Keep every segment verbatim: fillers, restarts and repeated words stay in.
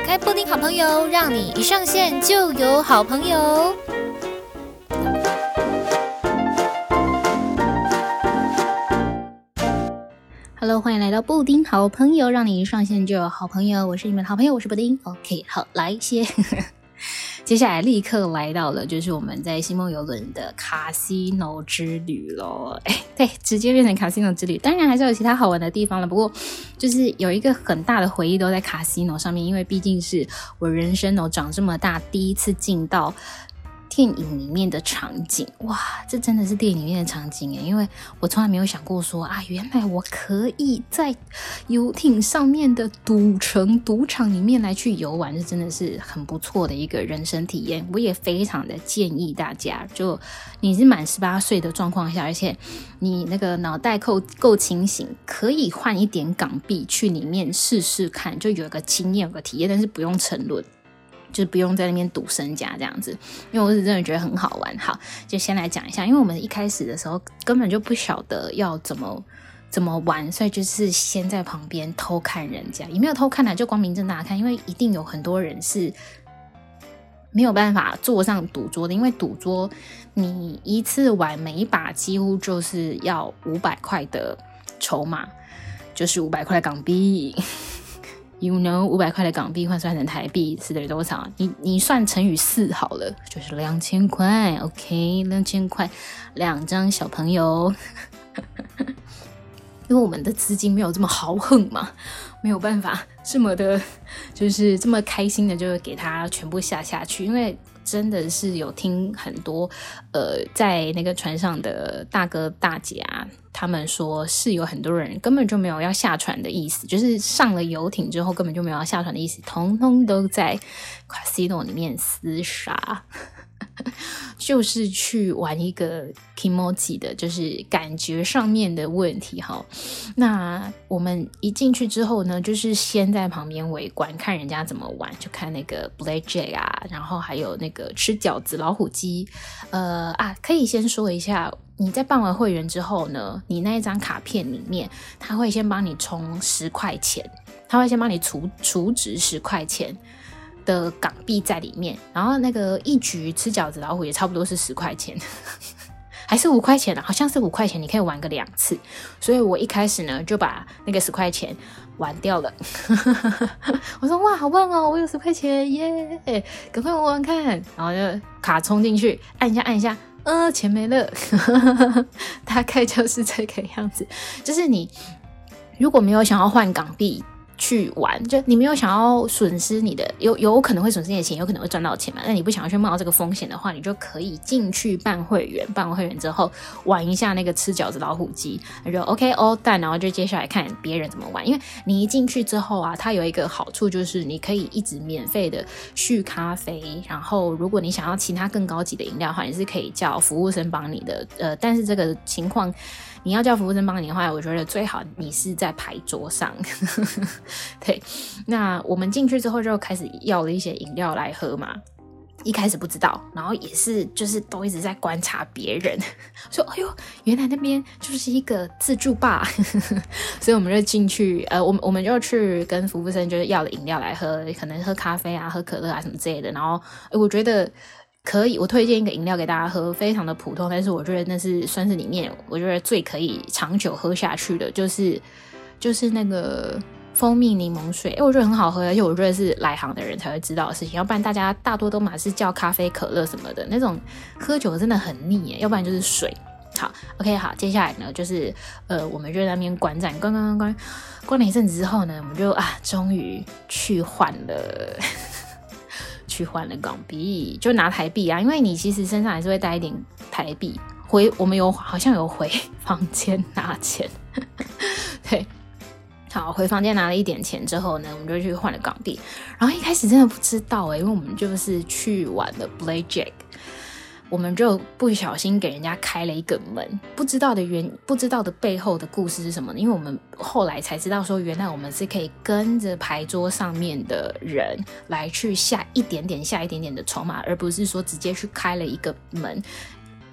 开布丁好朋友，让你一上线就有好朋友。Hello， 欢迎来到布丁好朋友，让你一上线就有好朋友。我是你们的好朋友，我是布丁。OK， 好，来先。接下来立刻来到了就是我们在星梦邮轮的卡西诺之旅咯。哎，对，直接变成卡西诺之旅。当然还是有其他好玩的地方了，不过就是有一个很大的回忆都在卡西诺上面，因为毕竟是我人生哦长这么大第一次进到电影里面的场景。哇，这真的是电影里面的场景耶，因为我从来没有想过说啊，原来我可以在游艇上面的赌城赌场里面来去游玩，这真的是很不错的一个人生体验。我也非常的建议大家，就你是满十八岁的状况下，而且你那个脑袋够够清醒，可以换一点港币去里面试试看，就有个经验有个体验，但是不用沉沦，就是不用在那边赌身家这样子，因为我是真的觉得很好玩。好，就先来讲一下，因为我们一开始的时候根本就不晓得要怎么怎么玩，所以就是先在旁边偷看人家，也没有偷看啊，就光明正大看，因为一定有很多人是没有办法坐上赌桌的，因为赌桌你一次玩每一把几乎就是要五百块的筹码，就是五百块的港币。You know， 五百块的港币换算成台币是等于多少？你你算乘以四好了，就是两千块。OK， 两千块，两张小朋友。因为我们的资金没有这么豪横嘛，没有办法这么的，就是这么开心的，就给他全部下下去。因为真的是有听很多呃，在那个船上的大哥大姐啊，他们说是有很多人根本就没有要下船的意思，就是上了游艇之后根本就没有要下船的意思，通通都在 casino 里面厮杀。就是去玩一个 kimoji 的，就是感觉上面的问题哈。那我们一进去之后呢，就是先在旁边围观，看人家怎么玩，就看那个 blackjack 啊，然后还有那个吃饺子老虎机。呃啊，可以先说一下，你在办完会员之后呢，你那一张卡片里面，他会先帮你充十块钱，他会先帮你储储值十块钱的港币在里面，然后那个一局吃饺子老虎也差不多是十块钱，还是五块钱啊？好像是五块钱，你可以玩个两次。所以我一开始呢就把那个十块钱玩掉了。我说哇，好棒哦，我有十块钱耶，赶快玩玩看。然后就卡冲进去，按一下按一下，呃，钱没了。大概就是这个样子。就是你如果没有想要换港币去玩，就你没有想要损失你的，有有可能会损失你的钱，有可能会赚到钱嘛，那你不想要去冒这个风险的话，你就可以进去办会员，办完会员之后玩一下那个吃饺子老虎机，那就 OK all done， 然后就接下来看别人怎么玩。因为你一进去之后啊，它有一个好处就是你可以一直免费的续咖啡，然后如果你想要其他更高级的饮料的话，你是可以叫服务生帮你的，呃，但是这个情况你要叫服务生帮你的话，我觉得最好你是在牌桌上。对，那我们进去之后就开始要了一些饮料来喝嘛。一开始不知道，然后也是就是都一直在观察别人，说哎呦，原来那边就是一个自助吧。所以我们就进去，呃，我们我们就去跟服务生就是要了饮料来喝，可能喝咖啡啊、喝可乐啊什么之类的。然后我觉得可以，我推荐一个饮料给大家喝，非常的普通，但是我觉得那是算是里面我觉得最可以长久喝下去的，就是就是那个蜂蜜柠檬水。我觉得很好喝，而且我觉得是来行的人才会知道的事情，要不然大家大多都嘛是叫咖啡可乐什么的，那种喝酒真的很腻耶，要不然就是水。好 OK 好，接下来呢就是呃我们就在那边观战，观观观观观了一阵子之后呢，我们就啊终于去换了去换了港币，就拿台币啊，因为你其实身上还是会带一点台币回，我们有好像有回房间拿钱。对，好，回房间拿了一点钱之后呢，我们就去换了港币。然后一开始真的不知道欸，因为我们就是去玩了 blackjack， 我们就不小心给人家开了一个门，不知道的原不知道的背后的故事是什么呢？因为我们后来才知道说，原来我们是可以跟着牌桌上面的人来去下一点点下一点点的筹码，而不是说直接去开了一个门。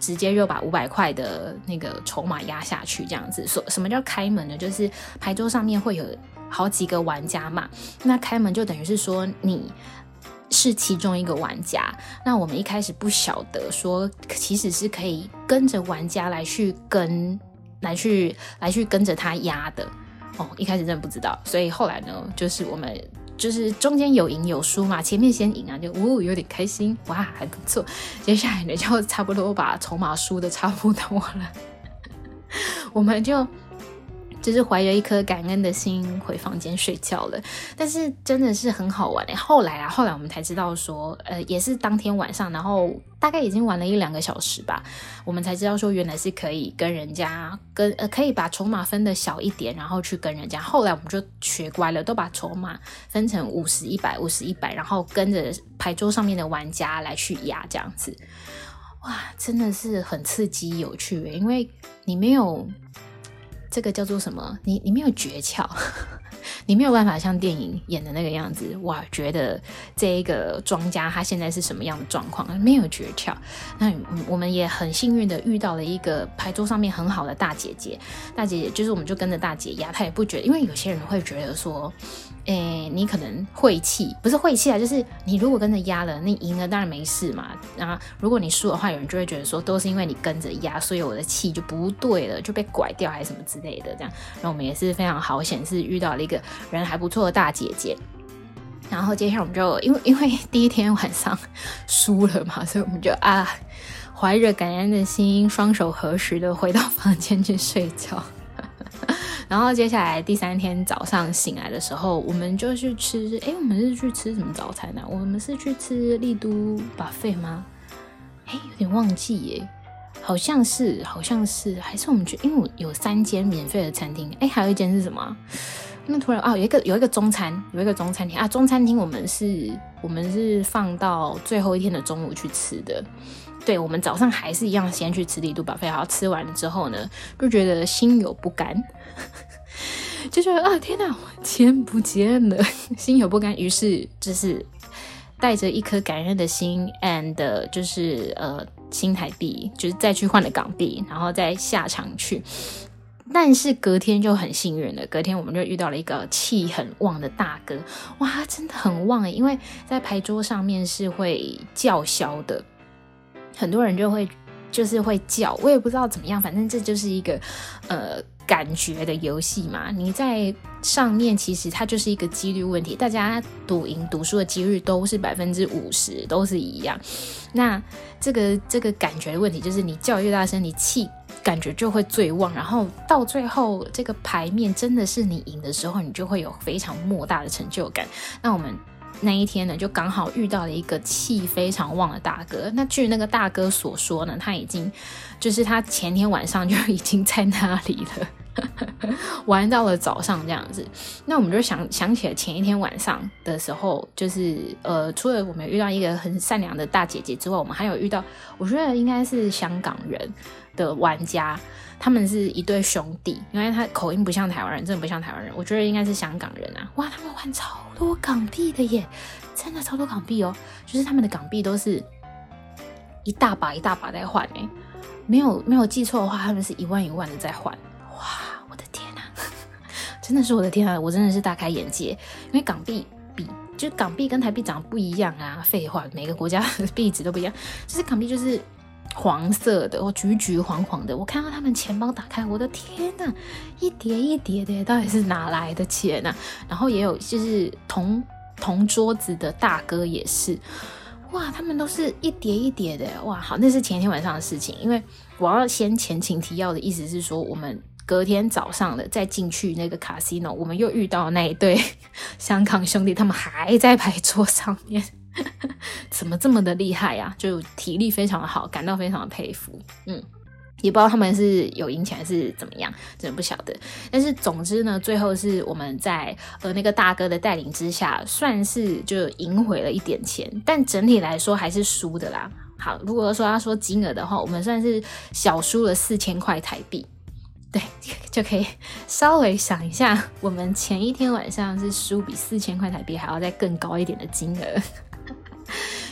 直接就把五百块的那个筹码压下去这样子。所什么叫开门呢？就是牌桌上面会有好几个玩家嘛，那开门就等于是说你是其中一个玩家，那我们一开始不晓得说其实是可以跟着玩家来去跟来去来去跟着他压的哦，一开始真的不知道，所以后来呢，就是我们就是中间有赢有输嘛，前面先赢啊，就哦有点开心，哇还不错，接下来呢就差不多把筹码输的差不多了，我们就就是怀着一颗感恩的心回房间睡觉了。但是真的是很好玩耶，后来啊后来我们才知道说呃也是当天晚上，然后大概已经玩了一两个小时吧，我们才知道说原来是可以跟人家跟呃可以把筹码分的小一点，然后去跟人家。后来我们就学乖了，都把筹码分成五十一百五十一百，然后跟着牌桌上面的玩家来去压这样子。哇真的是很刺激有趣耶，因为你没有这个叫做什么？你你没有诀窍，你没有办法像电影演的那个样子，哇，觉得这一个庄家他现在是什么样的状况，没有诀窍。那我们也很幸运的遇到了一个牌桌上面很好的大姐姐，大姐姐就是我们就跟着大姐压，她也不觉得，因为有些人会觉得说，诶，你可能晦气，不是晦气啊，就是你如果跟着压了，你赢了当然没事嘛。然后如果你输的话，有人就会觉得说，都是因为你跟着压，所以我的气就不对了，就被拐掉还是什么之类的这样。然后我们也是非常好险，是遇到了一个人还不错的大姐姐。然后接下来我们就因为因为第一天晚上输了嘛，所以我们就啊怀着感恩的心，双手合十的回到房间去睡觉。然后接下来第三天早上醒来的时候，我们就去吃，诶，我们是去吃什么早餐呢？我们是去吃丽都 buffet 吗？诶，有点忘记耶，好像是，好像是，还是我们去，因为我有三间免费的餐厅，诶，还有一间是什么？那突然啊，有一个有一个中餐，有一个中餐厅啊，中餐厅我们是我们是放到最后一天的中午去吃的。对，我们早上还是一样先去吃丽都 buffet， 然后吃完了之后呢，就觉得心有不甘，就觉得啊天哪，我钱不见了，心有不甘，于是就是带着一颗感恩的心 and 就是呃新台币，就是再去换了港币，然后再下场去。但是隔天就很幸运了，隔天我们就遇到了一个气很旺的大哥，哇，真的很旺耶，因为在牌桌上面是会叫嚣的。很多人就会就是会叫，我也不知道怎么样，反正这就是一个呃感觉的游戏嘛。你在上面其实它就是一个几率问题，大家赌赢赌输的几率都是百分之五十，都是一样。那这个这个感觉的问题就是你叫越大声，你气感觉就会最旺，然后到最后这个牌面真的是你赢的时候，你就会有非常莫大的成就感。那我们那一天呢，就刚好遇到了一个气非常旺的大哥。那据那个大哥所说呢，他已经就是他前天晚上就已经在那里了，玩到了早上这样子。那我们就想想起了前一天晚上的时候，就是呃，除了我们有遇到一个很善良的大姐姐之外，我们还有遇到，我觉得应该是香港人的玩家。他们是一对兄弟，因为他口音不像台湾人，真的不像台湾人，我觉得应该是香港人啊！哇，他们玩超多港币的耶，真的超多港币哦！就是他们的港币都是一大把一大把在换诶，没有没有记错的话，他们是一万一万的在换。哇，我的天啊，真的是我的天啊！我真的是大开眼界，因为港币比就港币跟台币长得不一样啊，废话，每个国家的币值都不一样，就是港币就是黄色的，或橘橘黄黄的，我看到他们钱包打开，我的天哪，一叠一叠的，到底是哪来的钱啊？然后也有就是同同桌子的大哥也是，哇，他们都是一叠一叠的，哇，好，那是前一天晚上的事情。因为我要先前情提要的意思是说，我们隔天早上的再进去那个 casino， 我们又遇到那一对香港兄弟，他们还在牌桌上面。怎么这么的厉害啊，就体力非常的好，感到非常的佩服。嗯，也不知道他们是有赢钱还是怎么样，真的不晓得。但是总之呢，最后是我们在呃那个大哥的带领之下，算是就赢回了一点钱，但整体来说还是输的啦。好，如果说要说金额的话，我们算是小输了四千块台币。对，就可以稍微想一下，我们前一天晚上是输比四千块台币还要再更高一点的金额。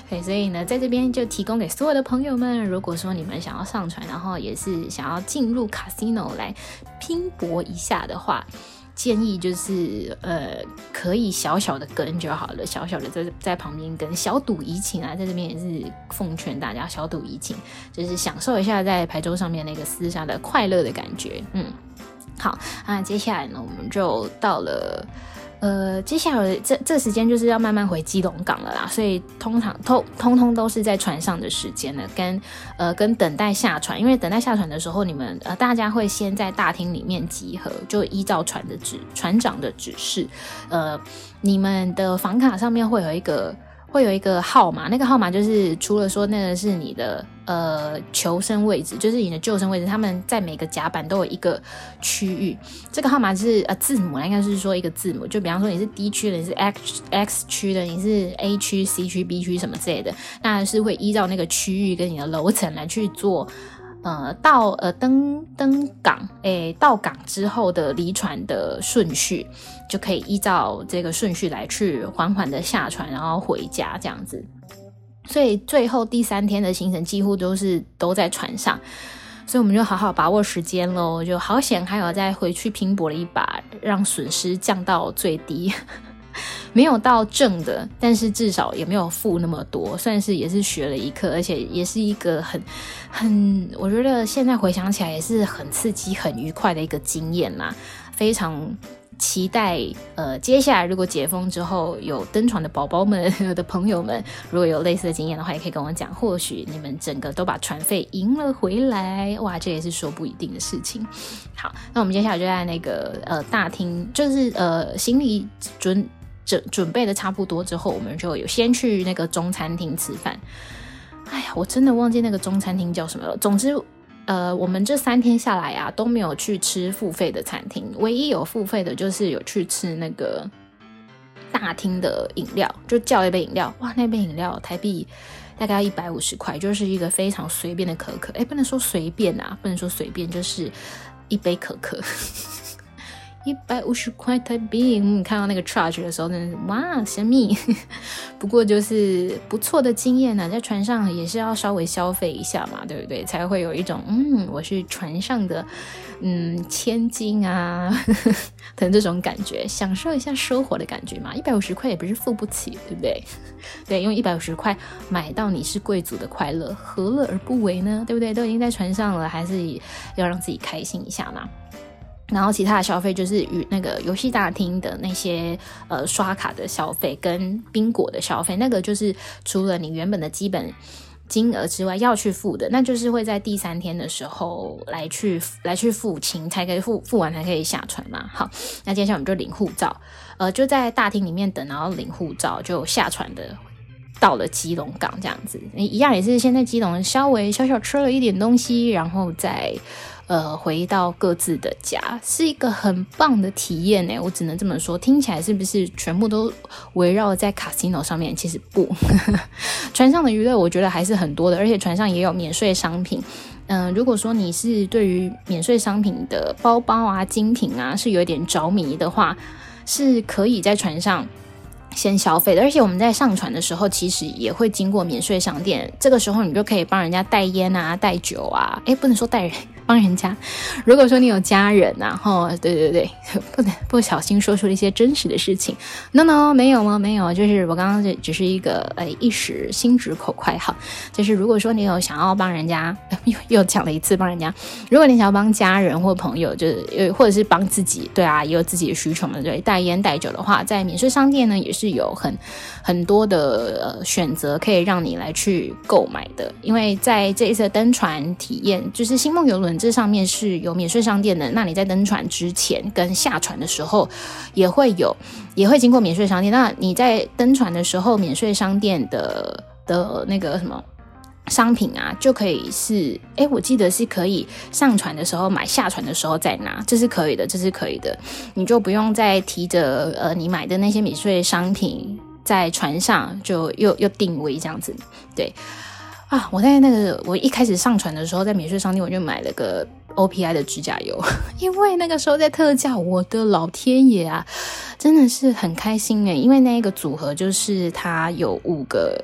对，所以呢，在这边就提供给所有的朋友们，如果说你们想要上船，然后也是想要进入 casino 来拼搏一下的话，建议就是呃，可以小小的跟就好了，小小的在在旁边跟，小赌怡情啊，在这边也是奉劝大家小赌怡情，就是享受一下在牌桌上面那个厮杀的快乐的感觉。嗯，好，那接下来呢，我们就到了。呃，接下来这这时间就是要慢慢回基隆港了啦，所以通常通通通都是在船上的时间了，跟呃跟等待下船，因为等待下船的时候，你们呃大家会先在大厅里面集合，就依照船的指船长的指示，呃，你们的房卡上面会有一个。会有一个号码，那个号码就是除了说那个是你的呃求生位置，就是你的救生位置，他们在每个甲板都有一个区域，这个号码是呃字母，应该是说一个字母，就比方说你是 D 区的，你是 X X 区的，你是 A 区、C 区、B 区什么之类的，那是会依照那个区域跟你的楼层来去做。呃，到呃登登港，诶，到港之后的离船的顺序，就可以依照这个顺序来去缓缓的下船，然后回家这样子。所以最后第三天的行程几乎都是都在船上，所以我们就好好把握时间咯，就好险还有再回去拼搏了一把，让损失降到最低。没有到正的，但是至少也没有负那么多，算是也是学了一课，而且也是一个很很，我觉得现在回想起来也是很刺激、很愉快的一个经验啦，非常期待。呃，接下来如果解封之后有登船的宝宝们的朋友们，如果有类似的经验的话，也可以跟我讲，或许你们整个都把船费赢了回来，哇，这也是说不一定的事情。好，那我们接下来就在那个呃大厅，就是呃行李准。准准备的差不多之后，我们就有先去那个中餐厅吃饭。哎呀，我真的忘记那个中餐厅叫什么了。总之，呃，我们这三天下来啊，都没有去吃付费的餐厅，唯一有付费的就是有去吃那个大厅的饮料，就叫一杯饮料。哇，那杯饮料台币大概要一百五十块，就是一个非常随便的可可。哎，不能说随便啊，不能说随便，就是一杯可可。一百五十块台币，嗯，看到那个 charge 的时候真的是哇神秘。不过就是不错的经验呢、啊，在船上也是要稍微消费一下嘛，对不对？才会有一种嗯我是船上的嗯千金啊的这种感觉，享受一下生活的感觉嘛。一百五十块也不是付不起，对不对？对，用一百五十块买到你是贵族的快乐，何乐而不为呢？对不对？都已经在船上了，还是要让自己开心一下嘛。然后其他的消费就是与那个游戏大厅的那些呃刷卡的消费跟宾果的消费，那个就是除了你原本的基本金额之外要去付的，那就是会在第三天的时候来去来去付清，才可以付付完才可以下船嘛。好，那接下来我们就领护照，呃，就在大厅里面等，然后领护照就下船的。到了基隆港这样子，一样也是先在基隆稍微小小吃了一点东西，然后再呃回到各自的家，是一个很棒的体验耶，我只能这么说。听起来是不是全部都围绕在 casino 上面？其实不，船上的娱乐我觉得还是很多的，而且船上也有免税商品。嗯、呃，如果说你是对于免税商品的包包啊、精品啊是有一点着迷的话，是可以在船上先消费的。而且我们在上船的时候其实也会经过免税商店，这个时候你就可以帮人家带烟啊带酒啊，诶不能说带人帮人家，如果说你有家人啊吼，对对对，不能不小心说出了一些真实的事情。 no no 没有吗？没有，就是我刚刚这只是一个呃一时心直口快。好，就是如果说你有想要帮人家又又讲了一次帮人家，如果你想要帮家人或朋友，就是或者是帮自己，对啊，也有自己的需求嘛，对，带烟带酒的话，在免税商店呢也是有很很多的呃选择可以让你来去购买的。因为在这一次的登船体验，就是星梦邮轮这上面是有免税商店的，那你在登船之前跟下船的时候也会有也会经过免税商店，那你在登船的时候免税商店的的那个什么商品啊，就可以是诶我记得是可以上船的时候买，下船的时候再拿，这是可以的，这是可以的，你就不用再提着呃你买的那些免税商品在船上就又又定位这样子。对啊，我在那个我一开始上船的时候，在免税商店我就买了个 O P I 的指甲油，因为那个时候在特价，我的老天爷啊，真的是很开心耶，因为那个组合就是它有五个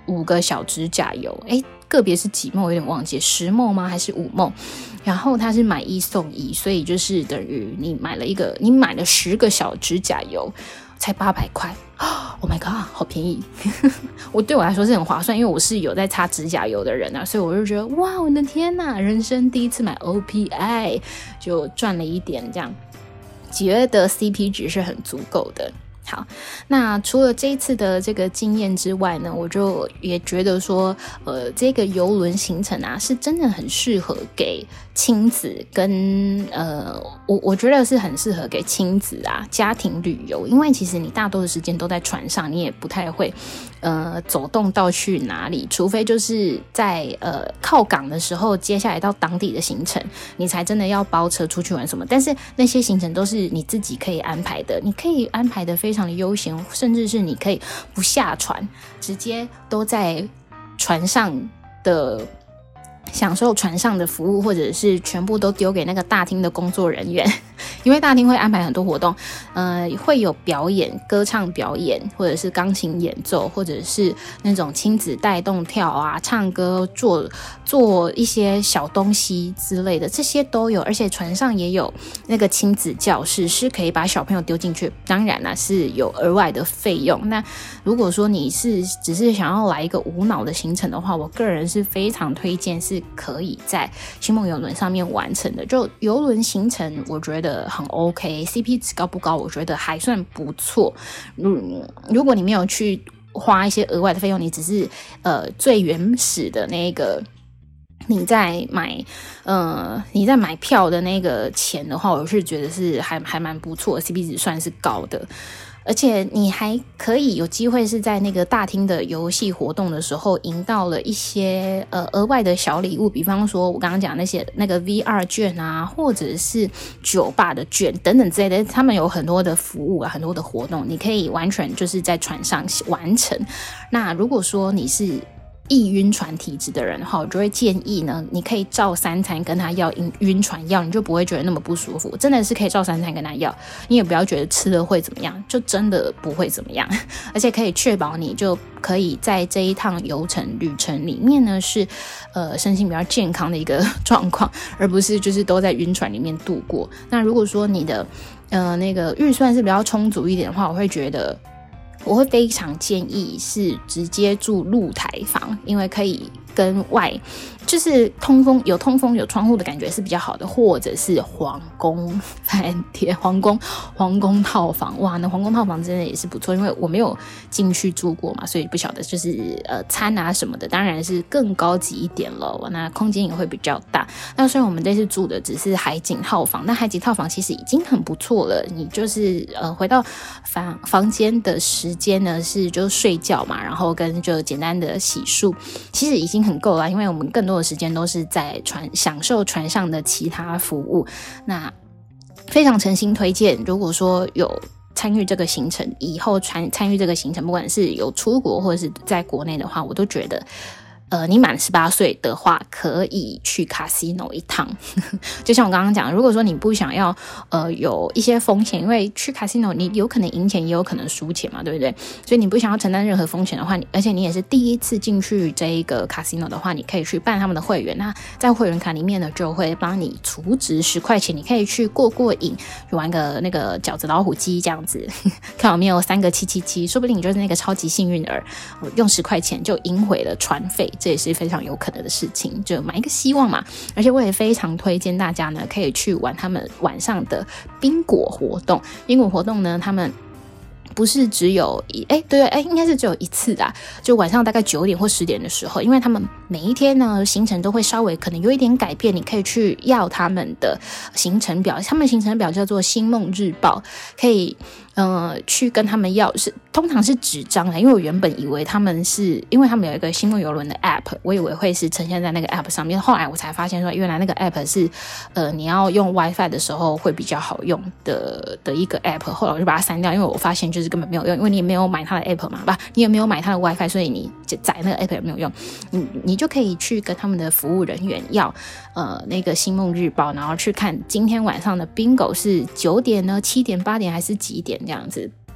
五个小指甲油，诶，个别是几梦有点忘记，十梦吗还是五梦？然后它是买一送一，所以就是等于你买了一个，你买了十个小指甲油，才八百块。Oh my god， 好便宜！我对我来说是很划算，因为我是有在擦指甲油的人啊，所以我就觉得哇，我的天哪，人生第一次买 O P I 就赚了一点，这样觉得 C P 值是很足够的。好，那除了这一次的这个经验之外呢，我就也觉得说，呃，这个邮轮行程啊，是真的很适合给亲子跟呃，我我觉得是很适合给亲子啊家庭旅游，因为其实你大多的时间都在船上，你也不太会呃走动到去哪里，除非就是在呃靠港的时候，接下来到当地的行程，你才真的要包车出去玩什么。但是那些行程都是你自己可以安排的，你可以安排的非常非常的悠闲，甚至是你可以不下船，直接都在船上的享受船上的服务，或者是全部都丢给那个大厅的工作人员，因为大厅会安排很多活动，呃，会有表演，歌唱表演，或者是钢琴演奏，或者是那种亲子带动跳啊、唱歌、做做一些小东西之类的，这些都有。而且船上也有那个亲子教室，是可以把小朋友丢进去，当然啦是有额外的费用。那如果说你是只是想要来一个无脑的行程的话，我个人是非常推荐是可以在星梦邮轮上面完成的。就邮轮行程我觉得很 OK， C P 值高不高？我觉得还算不错。嗯，如果你没有去花一些额外的费用，你只是呃最原始的那个你在买呃你在买票的那个钱的话，我是觉得是还还蛮不错的， C P 值算是高的。而且你还可以有机会是在那个大厅的游戏活动的时候赢到了一些呃额外的小礼物，比方说我刚刚讲那些那个 V R 券啊，或者是酒吧的券等等之类的，他们有很多的服务啊，很多的活动，你可以完全就是在船上完成。那如果说你是易晕船体质的人的话，我就会建议呢，你可以照三餐跟他要晕船药，你就不会觉得那么不舒服。真的是可以照三餐跟他要，你也不要觉得吃了会怎么样，就真的不会怎么样。而且可以确保你就可以在这一趟游程旅程里面呢，是呃身心比较健康的一个状况，而不是就是都在晕船里面度过。那如果说你的呃那个预算是比较充足一点的话，我会觉得。我会非常建议是直接住露台房，因为可以跟外就是通风，有通风有窗户的感觉是比较好的，或者是皇宫饭店、皇宫皇宫套房。哇，那皇宫套房真的也是不错，因为我没有进去住过嘛，所以不晓得就是呃餐啊什么的，当然是更高级一点了，那空间也会比较大。那虽然我们这次住的只是海景套房，那海景套房其实已经很不错了，你就是呃回到房房间的时间呢是就睡觉嘛，然后跟就简单的洗漱，其实已经很够了，因为我们更多的时间都是在船享受船上的其他服务。那非常诚心推荐，如果说有参与这个行程，以后参参与这个行程，不管是有出国或者是在国内的话，我都觉得呃，你满十八岁的话，可以去 casino 一趟。就像我刚刚讲，如果说你不想要呃有一些风险，因为去 casino 你有可能赢钱，也有可能输钱嘛，对不对？所以你不想要承担任何风险的话，你而且你也是第一次进去这一个 casino 的话，你可以去办他们的会员。那在会员卡里面呢，就会帮你储值十块钱，你可以去过过瘾，去玩个那个饺子老虎机这样子，看有没有三个七七七，说不定你就是那个超级幸运儿，用十块钱就赢回了船费。这也是非常有可能的事情，就买一个希望嘛。而且我也非常推荐大家呢，可以去玩他们晚上的宾果活动。宾果活动呢，他们不是只有一哎对对哎，应该是只有一次的，就晚上大概九点或十点的时候，因为他们每一天呢行程都会稍微可能有一点改变，你可以去要他们的行程表，他们行程表叫做星梦日报，可以呃去跟他们要，是通常是纸张的，因为我原本以为他们是因为他们有一个星梦邮轮的 app， 我以为会是呈现在那个 app 上面，后来我才发现说原来那个 app 是呃你要用 WiFi 的时候会比较好用的的一个 app， 后来我就把它删掉，因为我发现就是根本没有用，因为你也没有买它的 app 嘛，吧，你也没有买它的 WiFi， 所以你载那个 app 也没有用，你你就可以去跟他们的服务人员要呃那个星梦日报，然后去看今天晚上的 bingo 是九点呢、七点、八点还是几点这样子。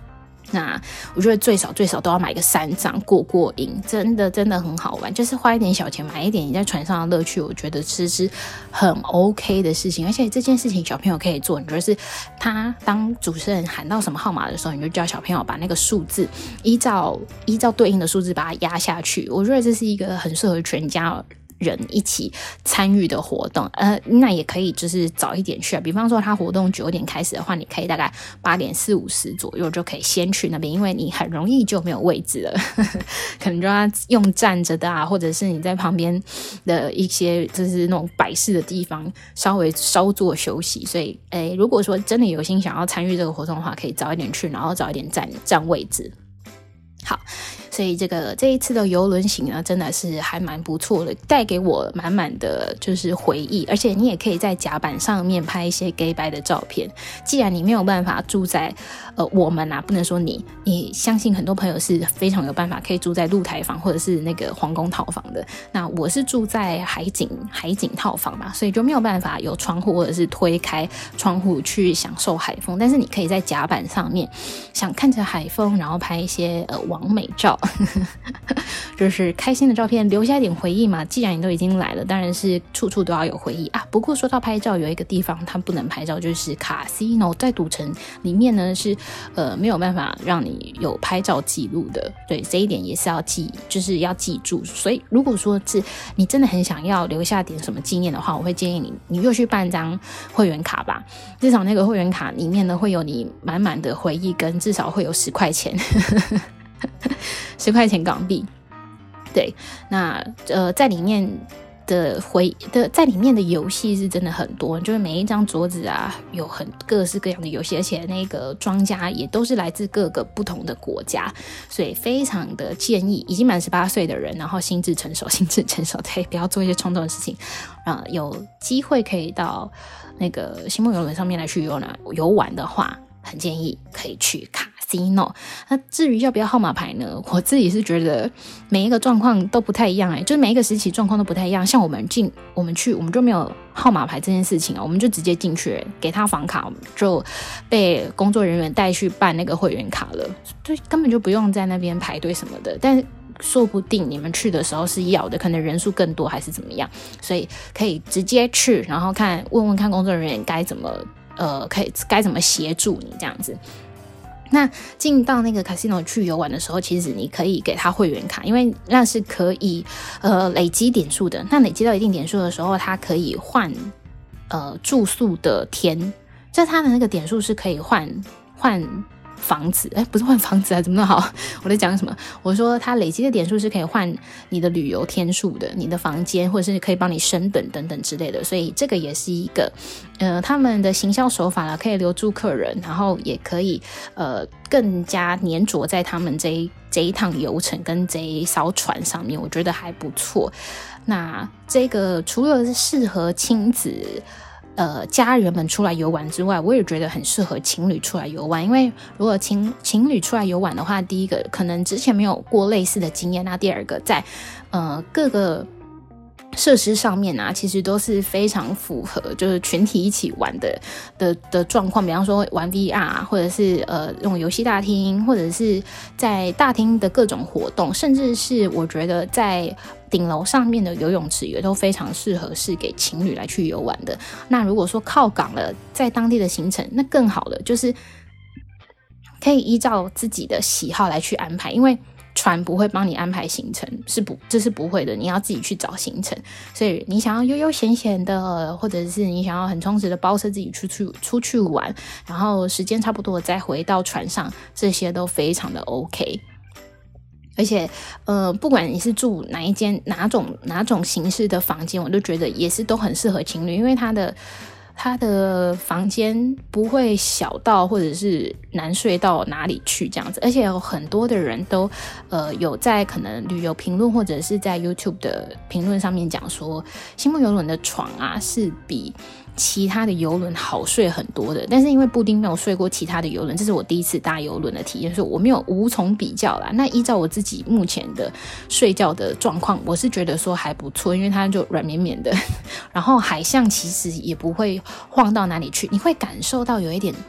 那我觉得最少最少都要买个三张过过瘾，真的真的很好玩，就是花一点小钱买一点你在船上的乐趣，我觉得这是很 OK 的事情。而且这件事情小朋友可以做，你就是他当主持人喊到什么号码的时候，你就叫小朋友把那个数字依照依照对应的数字把它压下去，我觉得这是一个很适合全家人一起参与的活动。呃，那也可以就是早一点去啊，比方说他活动九点开始的话，你可以大概八点四五十左右就可以先去那边，因为你很容易就没有位置了可能就要用站着的啊，或者是你在旁边的一些就是那种摆饰的地方稍微稍作休息。所以诶，如果说真的有心想要参与这个活动的话，可以早一点去，然后早一点站站位置。好，所以这个这一次的邮轮行呢，真的是还蛮不错的，带给我满满的就是回忆。而且你也可以在甲板上面拍一些 gay bye 的照片。既然你没有办法住在呃我们啊，不能说你，你相信很多朋友是非常有办法可以住在露台房或者是那个皇宫套房的。那我是住在海景海景套房嘛，所以就没有办法有窗户或者是推开窗户去享受海风。但是你可以在甲板上面想看着海风，然后拍一些呃网美照就是开心的照片，留下一点回忆嘛。既然你都已经来了，当然是处处都要有回忆啊。不过说到拍照，有一个地方它不能拍照，就是卡西诺，在赌城里面呢是呃没有办法让你有拍照记录的。对，这一点也是要记，就是要记住。所以如果说是你真的很想要留下点什么纪念的话，我会建议你你就去办张会员卡吧。至少那个会员卡里面呢会有你满满的回忆，跟至少会有十块钱十块钱港币。对，那呃，在里面的回的在里面的游戏是真的很多，就是每一张桌子啊有很各式各样的游戏，而且那个庄家也都是来自各个不同的国家，所以非常的建议已经满十八岁的人，然后心智成熟，心智成熟，对，不要做一些冲动的事情，呃，有机会可以到那个星梦邮轮上面来去游玩游玩的话，很建议可以去卡西诺。那至于要不要号码牌呢，我自己是觉得每一个状况都不太一样、欸、就是每一个时期状况都不太一样。像我们进我们去我们就没有号码牌这件事情啊，我们就直接进去、欸、给他房卡，我们就被工作人员带去办那个会员卡了，就根本就不用在那边排队什么的。但是说不定你们去的时候是要的，可能人数更多还是怎么样，所以可以直接去，然后看问问看工作人员该怎么呃，可以该怎么协助你这样子。那进到那个 casino 去游玩的时候，其实你可以给他会员卡，因为那是可以呃累积点数的。那累积到一定点数的时候，它可以换呃住宿的天，就它的那个点数是可以换换房子，哎，不是换房子啊，怎么那么好？我在讲什么？我说它累积的点数是可以换你的旅游天数的，你的房间，或者是可以帮你升等等等之类的，所以这个也是一个呃他们的行销手法啦，可以留住客人，然后也可以呃更加黏着在他们这一这一趟游程跟这一艘船上面，我觉得还不错。那这个除了是适合亲子呃，家人们出来游玩之外，我也觉得很适合情侣出来游玩。因为如果情情侣出来游玩的话，第一个可能之前没有过类似的经验，那第二个在呃各个设施上面啊，其实都是非常符合就是群体一起玩的的的状况。比方说玩 V R， 或者是呃用游戏大厅，或者是在大厅的各种活动，甚至是我觉得在顶楼上面的游泳池也都非常适合是给情侣来去游玩的。那如果说靠港了，在当地的行程那更好了，就是可以依照自己的喜好来去安排，因为船不会帮你安排行程，是不，这是不会的，你要自己去找行程。所以你想要悠悠闲闲的，或者是你想要很充实的包车自己出去出去玩，然后时间差不多再回到船上，这些都非常的 OK。而且呃，不管你是住哪一间哪种哪种形式的房间，我都觉得也是都很适合情侣，因为它的他的房间不会小到或者是难睡到哪里去这样子。而且有很多的人都呃有在可能旅游评论或者是在 YouTube 的评论上面讲说，星梦邮轮的床啊是比其他的邮轮好睡很多的。但是因为布丁没有睡过其他的邮轮，这是我第一次搭邮轮的体验，所以我没有无从比较啦。那依照我自己目前的睡觉的状况，我是觉得说还不错，因为它就软绵绵的，然后海象其实也不会晃到哪里去，你会感受到有一点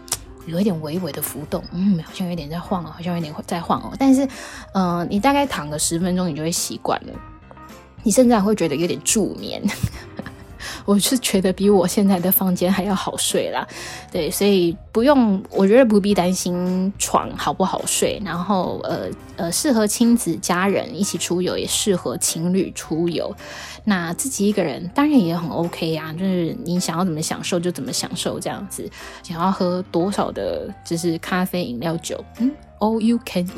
有一点微微的浮动，嗯，好像有点在晃哦，好像有点在晃哦。但是，呃，你大概躺个十分钟，你就会习惯了，你甚至还会觉得有点助眠。我是觉得比我现在的房间还要好睡啦，对，所以不用，我觉得不必担心床好不好睡。然后，呃呃，适合亲子家人一起出游，也适合情侣出游。那自己一个人当然也很 OK 啊，就是你想要怎么享受就怎么享受这样子。想要喝多少的，就是咖啡、饮料、酒，嗯 ，all you can eat 。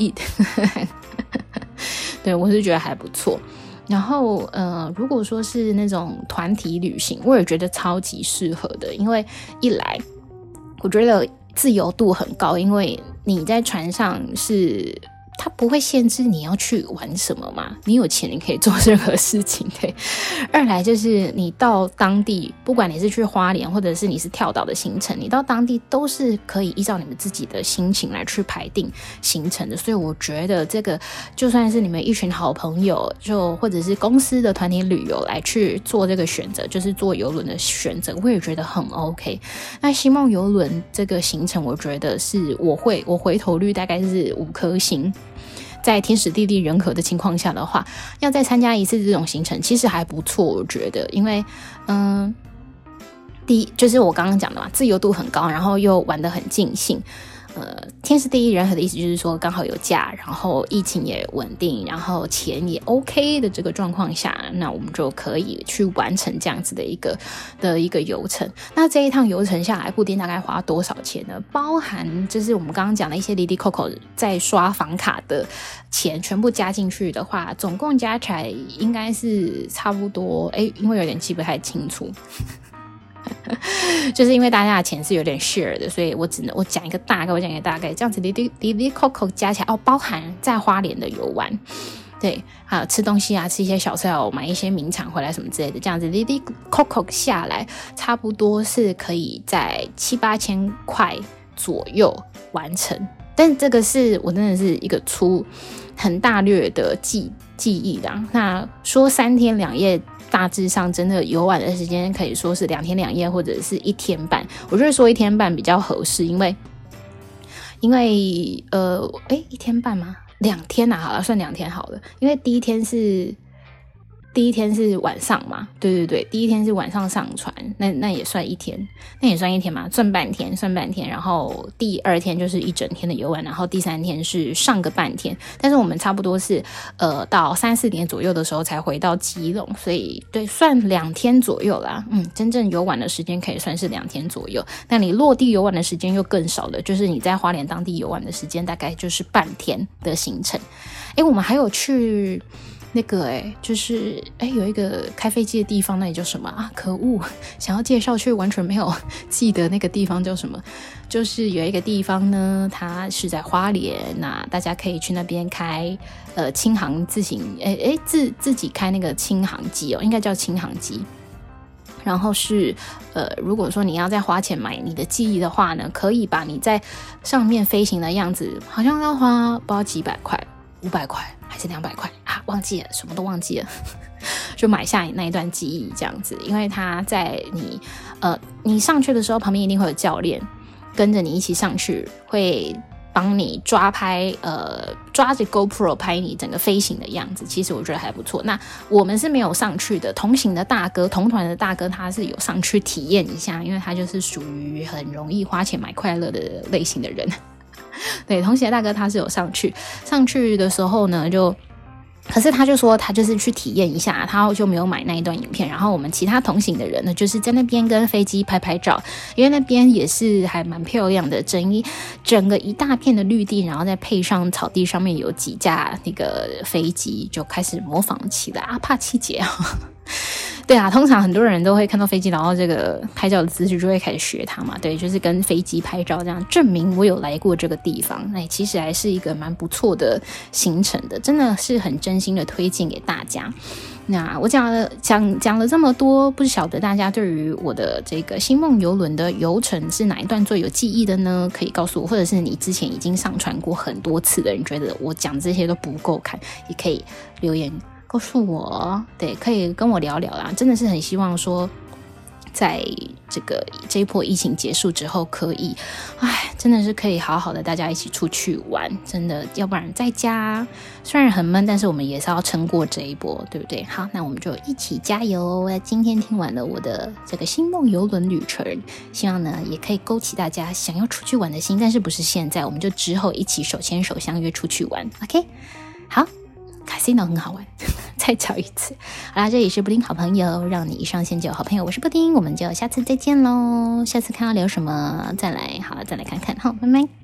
对，我是觉得还不错。然后呃，如果说是那种团体旅行，我也觉得超级适合的，因为一来我觉得自由度很高，因为你在船上是它不会限制你要去玩什么嘛，你有钱你可以做任何事情，对。二来就是你到当地，不管你是去花莲或者是你是跳岛的行程，你到当地都是可以依照你们自己的心情来去排定行程的。所以我觉得这个就算是你们一群好朋友，就或者是公司的团体旅游来去做这个选择，就是坐邮轮的选择，我也觉得很 OK。那星梦邮轮这个行程，我觉得是我会我回头率大概是五颗星。在天时地利人和的情况下的话，要再参加一次这种行程其实还不错，我觉得。因为嗯，第一就是我刚刚讲的嘛，自由度很高，然后又玩得很尽兴。呃，天时地利人和的意思就是说刚好有假，然后疫情也稳定，然后钱也 OK 的这个状况下，那我们就可以去完成这样子的一个的一个游程。那这一趟游程下来，布丁大概花多少钱呢？包含就是我们刚刚讲的一些哩哩扣扣在刷房卡的钱全部加进去的话，总共加起来应该是差不多，诶，因为有点记不太清楚。就是因为大家的钱是有点 share 的，所以我只能我讲一个大概，我讲一个大概，这样子哩哩哩哩扣扣加起来哦，包含在花莲的游玩，对，还有吃东西啊，吃一些小菜哦，买一些名产回来什么之类的，这样子哩哩扣扣下来，差不多是可以在七八千块左右完成。但这个是我真的是一个粗很大略的记记忆啦。那说三天两夜。大致上真的游玩的时间可以说是两天两夜或者是一天半，我觉得说一天半比较合适，因为因为呃诶一天半吗？两天啊，好了，算两天好了，因为第一天是第一天是晚上嘛，对对对，第一天是晚上上船，那那也算一天，那也算一天嘛，算半天，算半天。然后第二天就是一整天的游玩，然后第三天是上个半天。但是我们差不多是呃到三四点左右的时候才回到基隆，所以对，算两天左右啦。嗯，真正游玩的时间可以算是两天左右。那你落地游玩的时间又更少了，就是你在花莲当地游玩的时间大概就是半天的行程。诶，我们还有去。那个哎、欸，就是哎，有一个开飞机的地方，那里叫什么啊？可恶，想要介绍却完全没有记得那个地方叫什么。就是有一个地方呢，它是在花莲，那大家可以去那边开呃轻航自行，哎哎自自己开那个轻航机哦，应该叫轻航机。然后是呃，如果说你要再花钱买你的记忆的话呢，可以把你在上面飞行的样子，好像要花不知道几百块。五百块还是两百块啊？忘记了，什么都忘记了，就买下你那一段记忆这样子。因为他在你呃你上去的时候，旁边一定会有教练跟着你一起上去，会帮你抓拍，呃抓着 GoPro 拍你整个飞行的样子。其实我觉得还不错。那我们是没有上去的，同行的大哥，同团的大哥他是有上去体验一下，因为他就是属于很容易花钱买快乐的类型的人。对，同行的大哥他是有上去，上去的时候呢，就，可是他就说他就是去体验一下，他就没有买那一段影片。然后我们其他同行的人呢，就是在那边跟飞机拍拍照，因为那边也是还蛮漂亮的，整一整个一大片的绿地，然后再配上草地上面有几架那个飞机，就开始模仿起来阿帕奇姐啊。对啊，通常很多人都会看到飞机，然后这个拍照的姿势就会开始学它嘛。对，就是跟飞机拍照，这样证明我有来过这个地方。那其实还是一个蛮不错的行程的，真的是很真心的推荐给大家。那我讲了讲讲了这么多，不晓得大家对于我的这个星梦邮轮的游程是哪一段最有记忆的呢？可以告诉我，或者是你之前已经上传过很多次的，你觉得我讲这些都不够看，也可以留言告诉我。对，可以跟我聊聊啦，真的是很希望说在这个这一波疫情结束之后，可以，哎，真的是可以好好的大家一起出去玩，真的，要不然在家虽然很闷，但是我们也是要撑过这一波，对不对？好，那我们就一起加油！今天听完了我的这个星梦邮轮旅程，希望呢也可以勾起大家想要出去玩的心，但是不是现在，我们就之后一起手牵手相约出去玩 ，OK？ 好。Casino 很好玩，再找一次。好啦，这里是布丁好朋友，让你一上线就有好朋友。我是布丁，我们就下次再见喽。下次看要聊什么，再来，好，再来看看。好，拜拜。